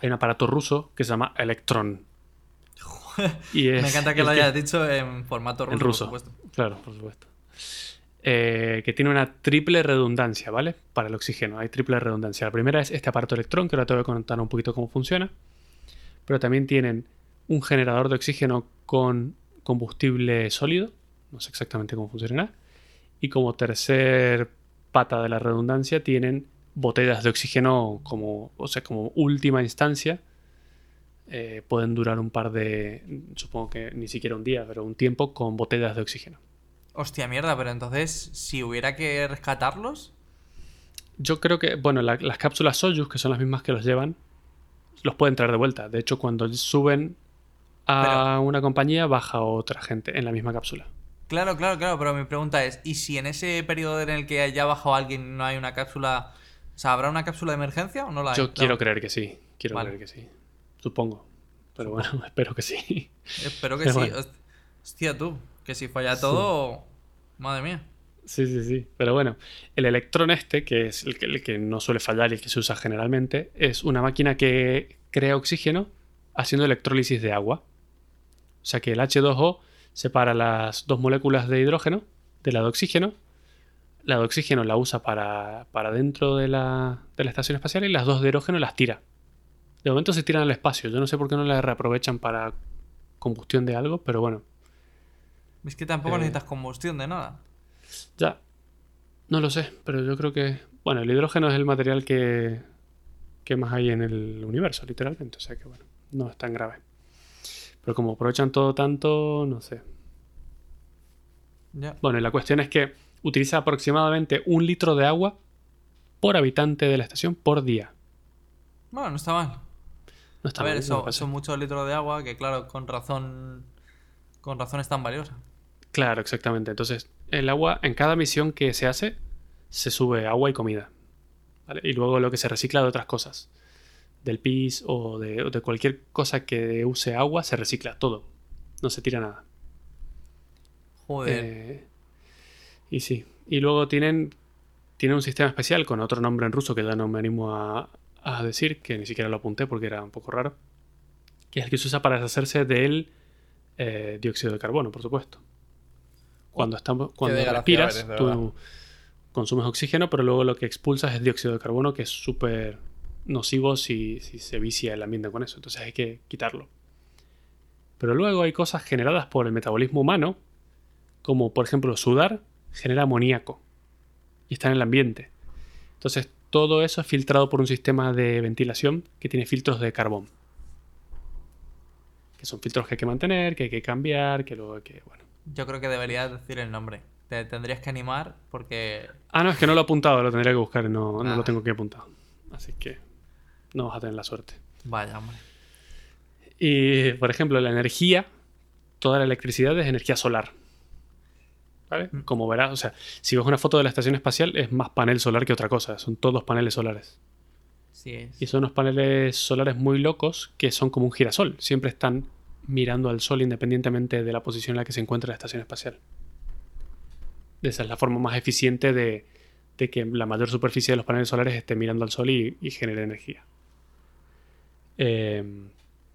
hay un aparato ruso que se llama Electron. Y es Me encanta que el lo hayas dicho en formato ruso, en ruso, por supuesto. claro, por supuesto. Eh, que tiene una triple redundancia, ¿vale? Para el oxígeno, hay triple redundancia. La primera es este aparato Electron, que ahora te voy a contar un poquito cómo funciona. Pero también tienen un generador de oxígeno con combustible sólido. No sé exactamente cómo funcionará. Y como tercer pata de la redundancia tienen botellas de oxígeno como, o sea, como última instancia. Eh, pueden durar un par de, supongo que ni siquiera un día, pero un tiempo con botellas de oxígeno. Hostia mierda, pero entonces, si hubiera que rescatarlos... Yo creo que, bueno, la- las cápsulas Soyuz, que son las mismas que los llevan, los pueden traer de vuelta. De hecho, cuando suben Pero, a una compañía, baja otra gente en la misma cápsula. claro, claro, claro, pero mi pregunta es, ¿y si en ese periodo en el que haya bajado alguien no hay una cápsula... O sea, ¿habrá una cápsula de emergencia o no la hay? Yo quiero No. creer que sí, quiero Vale. creer que sí. Supongo. Pero bueno, espero que sí. Espero que Pero sí. bueno, Host- Hostia, tú, que si falla sí. todo... Madre mía. Sí, sí, sí. Pero bueno, el electrón este, que es el que, el que no suele fallar y el que se usa generalmente, es una máquina que crea oxígeno haciendo electrólisis de agua. O sea que el hache dos o separa las dos moléculas de hidrógeno de la de oxígeno. La de oxígeno la usa para, para dentro de la, de la estación espacial y las dos de hidrógeno las tira. De momento se tiran al espacio. Yo no sé por qué no las reaprovechan para combustión de algo, pero bueno. Es que tampoco Eh, necesitas combustión de nada. Ya, no lo sé, pero yo creo que... Bueno, el hidrógeno es el material que, que más hay en el universo, literalmente. O sea que bueno, no es tan grave. Pero como aprovechan todo tanto, no sé. Ya. Bueno, y la cuestión es que utiliza aproximadamente un litro de agua por habitante de la estación por día. Bueno, no está mal. No está A ver, mal, no me eso, parece. son muchos litros de agua que, claro, con razón... Con razón es tan valiosa. Claro, exactamente. Entonces, el agua, en cada misión que se hace, se sube agua y comida. ¿Vale? Y luego lo que se recicla de otras cosas. Del pis o de, o de cualquier cosa que use agua, se recicla todo. No se tira nada. Joder. Eh, y sí. Y luego tienen, tienen un sistema especial con otro nombre en ruso que ya no me animo a, a decir, que ni siquiera lo apunté porque era un poco raro. Que es el que se usa para deshacerse del eh, dióxido de carbono, por supuesto. Cuando, estamos, cuando desgraciado respiras, eres, de verdad. tú consumes oxígeno, pero luego lo que expulsas es dióxido de carbono, que es súper nocivo si, si se vicia el ambiente con eso. Entonces hay que quitarlo. Pero luego hay cosas generadas por el metabolismo humano, como por ejemplo sudar genera amoníaco y está en el ambiente. Entonces todo eso es filtrado por un sistema de ventilación que tiene filtros de carbón. Que son filtros que hay que mantener, que hay que cambiar, que luego hay que... Bueno. Yo creo que deberías decir el nombre. Te tendrías que animar porque... Ah, no, es que no lo he apuntado, lo tendría que buscar y no, no Ah. lo tengo aquí apuntado. Así que no vas a tener la suerte. Vaya, hombre. Y, por ejemplo, la energía, toda la electricidad es energía solar. ¿Vale? Mm. Como verás, o sea, si ves una foto de la estación espacial, es más panel solar que otra cosa. Son todos paneles solares. Sí es. Y son unos paneles solares muy locos que son como un girasol. Siempre están mirando al sol independientemente de la posición en la que se encuentra la estación espacial. Esa es la forma más eficiente de, de que la mayor superficie de los paneles solares esté mirando al sol y, y genere energía. Eh,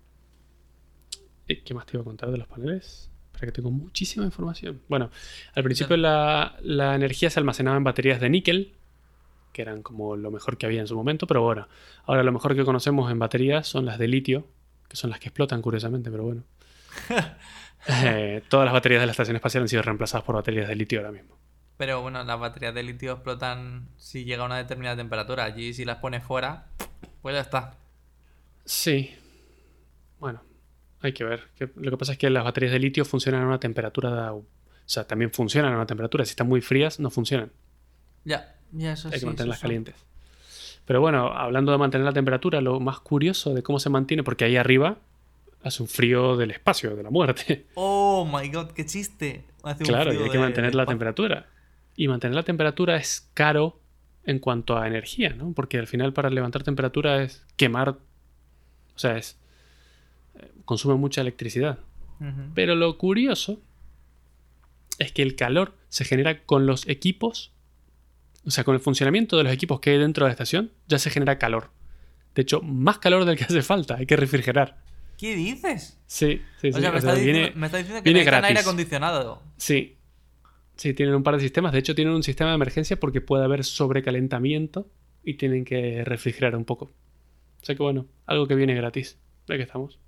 ¿Qué más te iba a contar de los paneles? Espera que tengo muchísima información. Bueno, al principio la, la energía se almacenaba en baterías de níquel, que eran como lo mejor que había en su momento, pero bueno, ahora lo mejor que conocemos en baterías son las de litio, que son las que explotan curiosamente, pero bueno. Eh, todas las baterías de la estación espacial han sido reemplazadas por baterías de litio ahora mismo. Pero bueno, las baterías de litio explotan si llega a una determinada temperatura. Allí si las pones fuera, pues ya está. Sí. Bueno, hay que ver. Que- Lo que pasa es que las baterías de litio funcionan a una temperatura... O sea, también funcionan a una temperatura. Si están muy frías, no funcionan. Ya, ya eso Hay sí. que mantenerlas eso son- calientes. Pero bueno, hablando de mantener la temperatura, lo más curioso de cómo se mantiene, porque ahí arriba hace un frío del espacio, de la muerte. Oh my god, qué chiste. Hace un Claro, y frío hay que de- mantener de la espa- temperatura. Y mantener la temperatura es caro en cuanto a energía, ¿no? Porque al final para levantar temperatura es quemar, o sea, es eh, consume mucha electricidad. Ujú. Pero lo curioso es que el calor se genera con los equipos, o sea, con el funcionamiento de los equipos que hay dentro de la estación, ya se genera calor. De hecho, más calor del que hace falta. Hay que refrigerar. ¿Qué dices? Sí, sí, O sí. sea, me, O sea, está diciendo, viene, me está diciendo que viene necesitan gratis. aire acondicionado. Sí. Sí, tienen un par de sistemas. De hecho, tienen un sistema de emergencia porque puede haber sobrecalentamiento y tienen que refrigerar un poco. O sea que bueno, algo que viene gratis. De que estamos.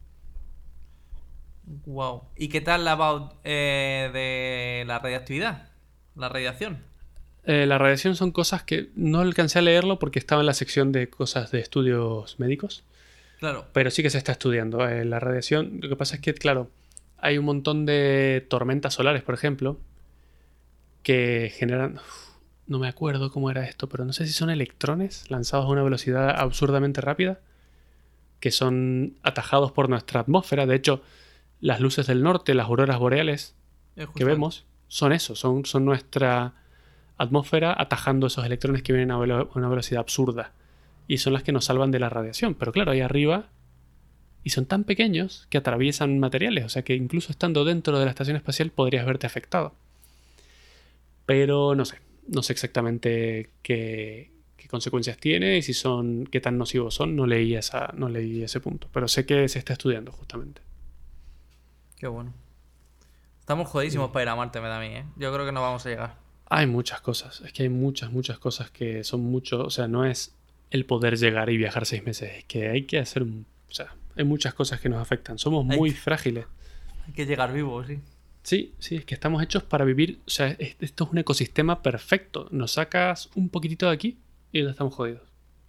Wow. ¿Y qué tal la about eh, de la radiactividad? La radiación. Eh, la radiación son cosas que no alcancé a leerlo porque estaba en la sección de cosas de estudios médicos. Claro. Pero sí que se está estudiando. Eh, la radiación, lo que pasa es que, claro, hay un montón de tormentas solares, por ejemplo, que generan... uf, no me acuerdo cómo era esto, pero no sé si son electrones lanzados a una velocidad absurdamente rápida, que son atajados por nuestra atmósfera. De hecho, las luces del norte, las auroras boreales Es que justo- vemos, son eso, son, son nuestra atmósfera atajando esos electrones que vienen a velo- a una velocidad absurda. Y son las que nos salvan de la radiación. Pero claro, ahí arriba... Y son tan pequeños que atraviesan materiales. O sea que incluso estando dentro de la estación espacial podrías verte afectado. Pero no sé. No sé exactamente qué, qué consecuencias tiene y si son, qué tan nocivos son. No leí, esa, no leí ese punto. Pero sé que se está estudiando justamente. Qué bueno. Estamos jodísimos para ir a Marte, me da a mí, ¿eh? Yo creo que no vamos a llegar. Hay muchas cosas. Es que hay muchas, muchas cosas que son mucho... O sea, no es el poder llegar y viajar seis meses. Es que hay que hacer... un- O sea, hay muchas cosas que nos afectan. Somos Hay muy que- frágiles. Hay que llegar vivos, sí. Sí, sí, es que estamos hechos para vivir. O sea, es- esto es un ecosistema perfecto. Nos sacas un poquitito de aquí y ya estamos jodidos.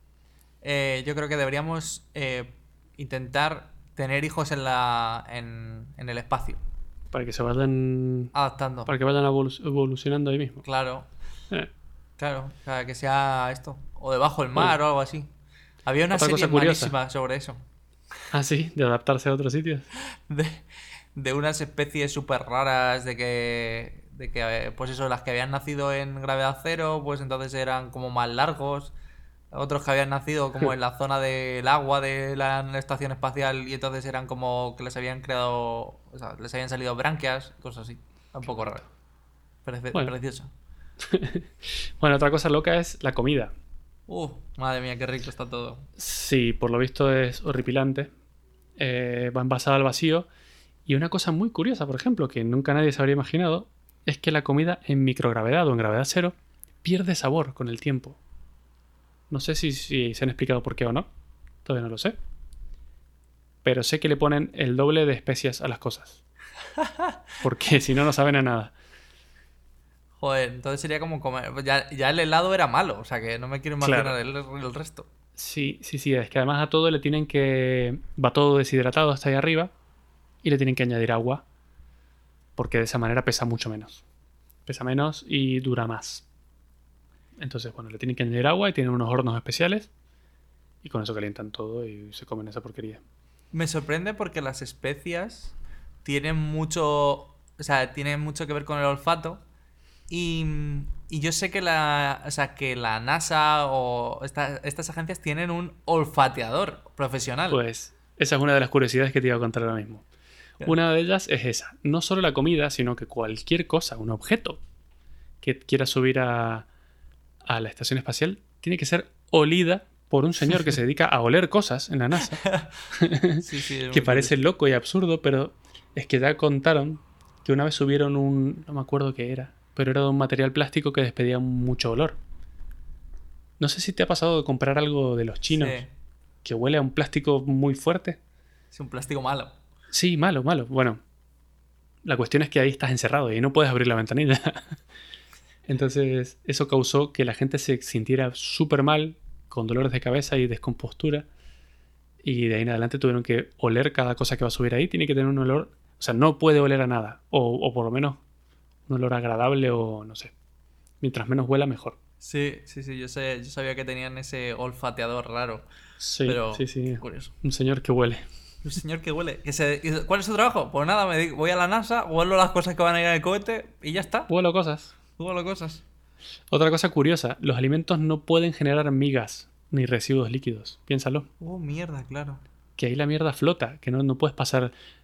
Eh, yo creo que deberíamos eh, intentar tener hijos en la en, en el espacio, Para que se vayan. adaptando. Para que vayan evolu- evolucionando ahí mismo. Claro, Eh, claro, o sea, que sea esto, o debajo del mar Bueno. o algo así. Había una Otra serie cosa curiosa. malísima sobre eso, Ah, sí, de adaptarse a otros sitios. de, de unas especies súper raras, de que, de que, eh, pues eso, las que habían nacido en gravedad cero, pues entonces eran como más largos. Otros que habían nacido como en la zona del agua de la estación espacial y entonces eran como que les habían creado, o sea, les habían salido branquias, cosas así. Un poco raro. Parece Bueno. precioso. Bueno, otra cosa loca es la comida. Uh, madre mía, qué rico está todo. Sí, por lo visto es horripilante. Eh, va envasada al vacío. Y una cosa muy curiosa, por ejemplo, que nunca nadie se habría imaginado, es que la comida en microgravedad o en gravedad cero pierde sabor con el tiempo. No sé si, si se han explicado por qué o no. Todavía no lo sé. Pero sé que le ponen el doble de especias a las cosas. Porque si no, no saben a nada. Joder, entonces sería como comer. Ya, ya el helado era malo, o sea que no me quiero imaginar Claro. el, el resto. Sí, sí, sí. Es que además a todo le tienen que... Va todo deshidratado hasta ahí arriba. Y le tienen que añadir agua. Porque de esa manera pesa mucho menos. Pesa menos y dura más. Entonces, bueno, le tienen que añadir agua y tienen unos hornos especiales. Y con eso calientan todo y se comen esa porquería. Me sorprende porque las especias tienen mucho. O sea, tienen mucho que ver con el olfato. Y, y yo sé que la. O sea, que la NASA o esta- estas agencias tienen un olfateador profesional. Pues esa es una de las curiosidades que te iba a contar ahora mismo. Claro. Una de ellas es esa. No solo la comida, sino que cualquier cosa, un objeto que quiera subir a, a la estación espacial, tiene que ser olida por un señor que se dedica a oler cosas en la NASA. Sí, sí, es muy Que parece loco y absurdo, pero es que ya contaron que una vez subieron un... No me acuerdo qué era, pero era de un material plástico que despedía mucho olor. No sé si te ha pasado de comprar algo de los chinos Sí, que huele a un plástico muy fuerte. es un plástico malo. Sí, malo, malo. Bueno, la cuestión es que ahí estás encerrado y no puedes abrir la ventanilla. Entonces, eso causó que la gente se sintiera súper mal, con dolores de cabeza y descompostura. Y de ahí en adelante tuvieron que oler cada cosa que va a subir ahí. Tiene que tener un olor... O sea, no puede oler a nada. O, o por lo menos un olor agradable o no sé. Mientras menos huela, mejor. Sí, sí, sí, yo sé, yo sabía que tenían ese olfateador raro. Sí, pero sí, sí. curioso. Un señor que huele. Un señor que huele. Que se, y- ¿Cuál es su trabajo? Pues nada, me digo, voy a la NASA, huelo las cosas que van a ir en el cohete y ya está. Huelo cosas. Huelo cosas. Otra cosa curiosa. Los alimentos no pueden generar migas ni residuos líquidos. Piénsalo. Oh, mierda, claro. Que ahí la mierda flota. Que no, no puedes pasar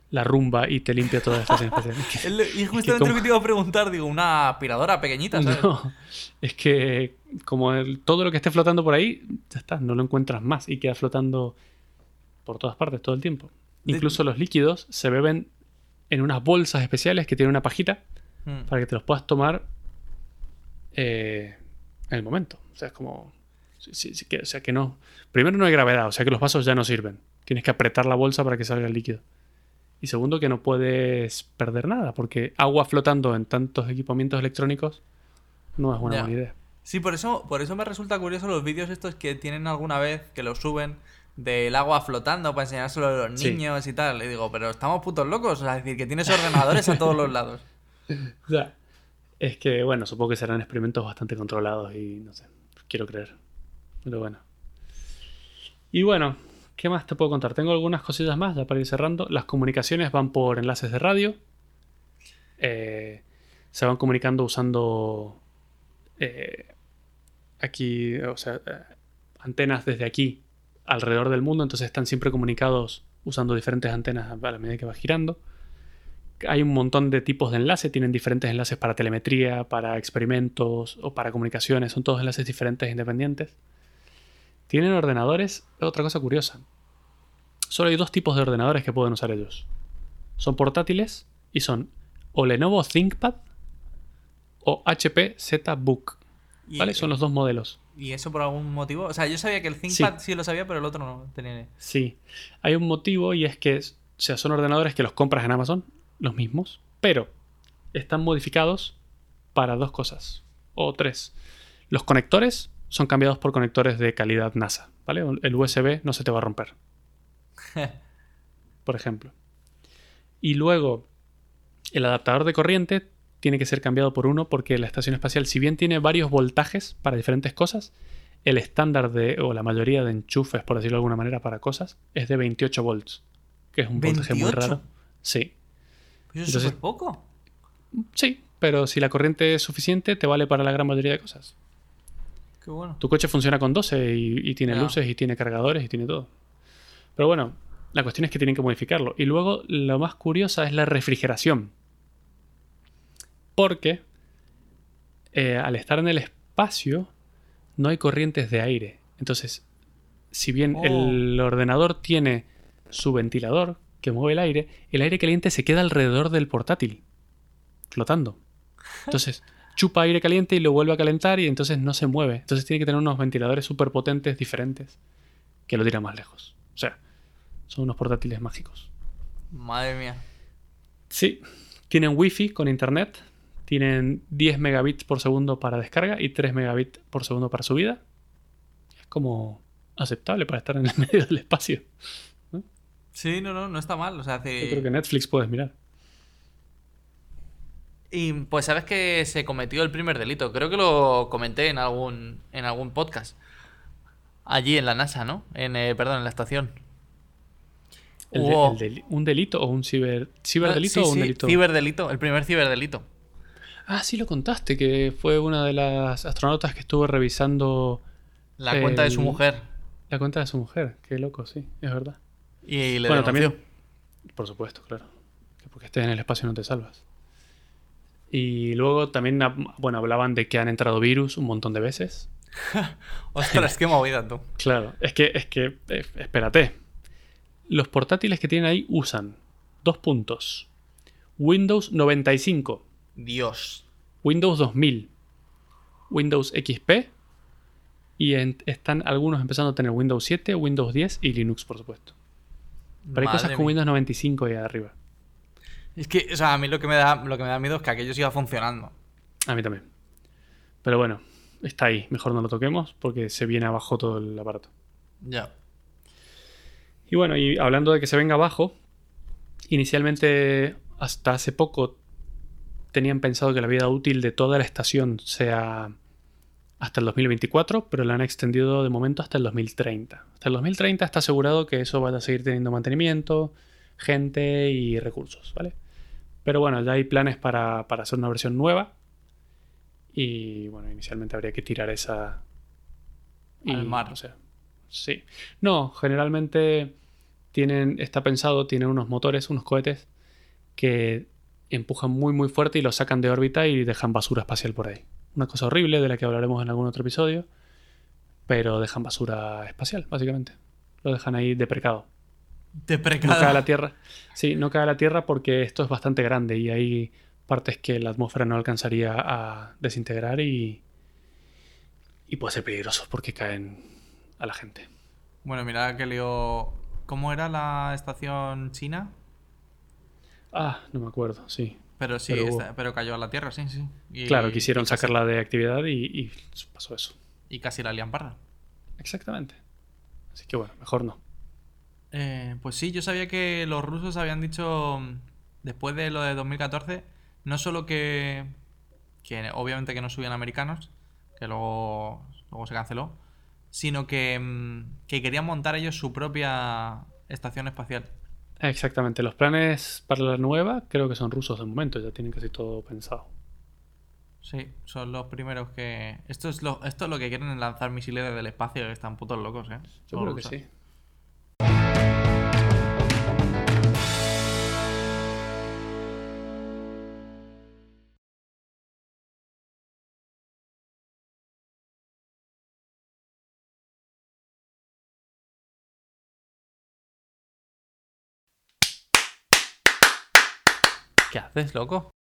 la rumba y te limpia toda la estación espacial. Es que, El- Y es que justamente como- lo que te iba a preguntar, digo, una aspiradora pequeñita, ¿sabes? no, es que como el- todo lo que esté flotando por ahí, ya está, no lo encuentras más y queda flotando por todas partes todo el tiempo. De- Incluso los líquidos se beben en unas bolsas especiales que tienen una pajita Mm. para que te los puedas tomar eh, en el momento. O sea, es como... sí, sí, sí que, o sea, que no... Primero, no hay gravedad, o sea que los vasos ya no sirven. Tienes que apretar la bolsa para que salga el líquido. Y segundo, que no puedes perder nada, porque agua flotando en tantos equipamientos electrónicos no es una Ya. buena idea. Sí, por eso, por eso me resulta curioso los vídeos estos que tienen alguna vez, que los suben, del agua flotando para enseñárselo a los Sí. niños y tal. Y digo, pero estamos putos locos. O sea, es decir, que tienes ordenadores a todos los lados. O sea, es que, bueno, supongo que serán experimentos bastante controlados y no sé, quiero creer. Pero bueno. Y bueno, ¿qué más te puedo contar? Tengo algunas cosillas más ya para ir cerrando. Las comunicaciones van por enlaces de radio. Eh, se van comunicando usando eh, aquí, o sea, eh, antenas desde aquí alrededor del mundo. Entonces están siempre comunicados usando diferentes antenas a la medida que va girando. Hay un montón de tipos de enlace, tienen diferentes enlaces para telemetría, para experimentos o para comunicaciones, son todos enlaces diferentes e independientes. Tienen ordenadores, otra cosa curiosa. Solo hay dos tipos de ordenadores que pueden usar ellos. Son portátiles y son o Lenovo ThinkPad o H P ZBook. Y, ¿Vale? Son los dos modelos. ¿Y eso por algún motivo? O sea, yo sabía que el ThinkPad sí, lo sabía, pero el otro no tenía. Sí, hay un motivo y es que, o sea, son ordenadores que los compras en Amazon, los mismos, pero están modificados para dos cosas, o tres. Los conectores son cambiados por conectores de calidad NASA, ¿vale? El U S B no se te va a romper, por ejemplo. Y luego, el adaptador de corriente tiene que ser cambiado por uno porque la estación espacial, si bien tiene varios voltajes para diferentes cosas, el estándar de, o la mayoría de enchufes, por decirlo de alguna manera, para cosas, es de veintiocho volts, que es un voltaje muy ¿veintiocho? raro. Sí. Eso es Entonces- súper poco. Sí, pero si la corriente es suficiente, te vale para la gran mayoría de cosas. Qué bueno. Tu coche funciona con doce y, y tiene Ya. luces y tiene cargadores y tiene todo. Pero bueno, la cuestión es que tienen que modificarlo. Y luego, lo más curiosa es la refrigeración. Porque eh, al estar en el espacio, no hay corrientes de aire. Entonces, si bien Oh. el ordenador tiene su ventilador que mueve el aire, el aire caliente se queda alrededor del portátil, flotando. Entonces, chupa aire caliente y lo vuelve a calentar y entonces no se mueve. Entonces tiene que tener unos ventiladores súper potentes diferentes que lo tiran más lejos. O sea, son unos portátiles mágicos. Madre mía. Sí, tienen wifi con internet, tienen diez megabits por segundo para descarga y tres megabits por segundo para subida. Es como aceptable para estar en el medio del espacio. Sí, no, no, no está mal. O sea, hace... Yo creo que Netflix puedes mirar. Y pues sabes que se cometió el primer delito. Creo que lo comenté en algún, en algún podcast. Allí en la NASA, ¿no? En, eh, perdón, en la estación. El de- Hubo- el deli- ¿Un delito o un ciber, ciberdelito Sí, o un sí, delito? ciberdelito, el primer ciberdelito. Ah, sí lo contaste, que fue una de las astronautas que estuvo revisando La cuenta de su El- mujer. la cuenta de su mujer. Qué loco, sí, es verdad. Y le Bueno, denunció. también, por supuesto, claro. Que porque estés en el espacio no te salvas. Y luego también, hab- bueno, hablaban de que han entrado virus un montón de veces. Ostras, qué movida tú. Claro, es que, es que, eh, espérate. Los portátiles que tienen ahí usan dos puntos. Windows noventa y cinco, Dios. Windows dos mil, Windows X P y en- están algunos empezando a tener Windows siete, Windows diez y Linux, por supuesto. Pero hay Madre cosas con mía. Windows noventa y cinco ahí arriba. Es que, o sea, a mí lo que me da, lo que me da miedo es que aquello siga funcionando. A mí también. Pero bueno, está ahí. Mejor no lo toquemos porque se viene abajo todo el aparato. Ya. Y bueno, y hablando de que se venga abajo, inicialmente hasta hace poco tenían pensado que la vida útil de toda la estación sea hasta el dos mil veinticuatro, pero la han extendido de momento hasta el dos mil treinta. Hasta el dos mil treinta está asegurado que eso vaya a seguir teniendo mantenimiento, gente y recursos, ¿vale? Pero bueno, ya hay planes para, para hacer una versión nueva. Y bueno, inicialmente habría que tirar esa... y, Al mar. O sea, sí. No, generalmente tienen, está pensado, tienen unos motores, unos cohetes que empujan muy muy fuerte y lo sacan de órbita y dejan basura espacial por ahí. Una cosa horrible de la que hablaremos en algún otro episodio, pero dejan basura espacial, básicamente. Lo dejan ahí deprecado. Deprecado. No cae a la Tierra. Sí, no cae a la Tierra porque esto es bastante grande y hay partes que la atmósfera no alcanzaría a desintegrar y, y puede ser peligroso porque caen a la gente. Bueno, mira que lío. ¿Cómo era la estación china? Ah, no me acuerdo, sí. Pero sí, Pero hubo- esta- pero cayó a la Tierra, sí, sí. Y, Claro, y quisieron casi, sacarla de actividad y, y pasó eso. y casi la lían parda. Exactamente. Así que bueno, mejor no. Eh, pues sí, yo sabía que los rusos habían dicho, mm, después de lo de dos mil catorce, no solo que, que obviamente que no subían americanos, que luego, luego se canceló, sino que, mm, que querían montar ellos su propia estación espacial. Exactamente. Los planes para la nueva creo que son rusos de momento, ya tienen casi todo pensado. Sí, son los primeros que... Esto es lo, esto es lo que quieren lanzar misiles desde el espacio, que están putos locos, ¿eh? Yo Los creo que rusos. sí. ¿Qué haces, loco?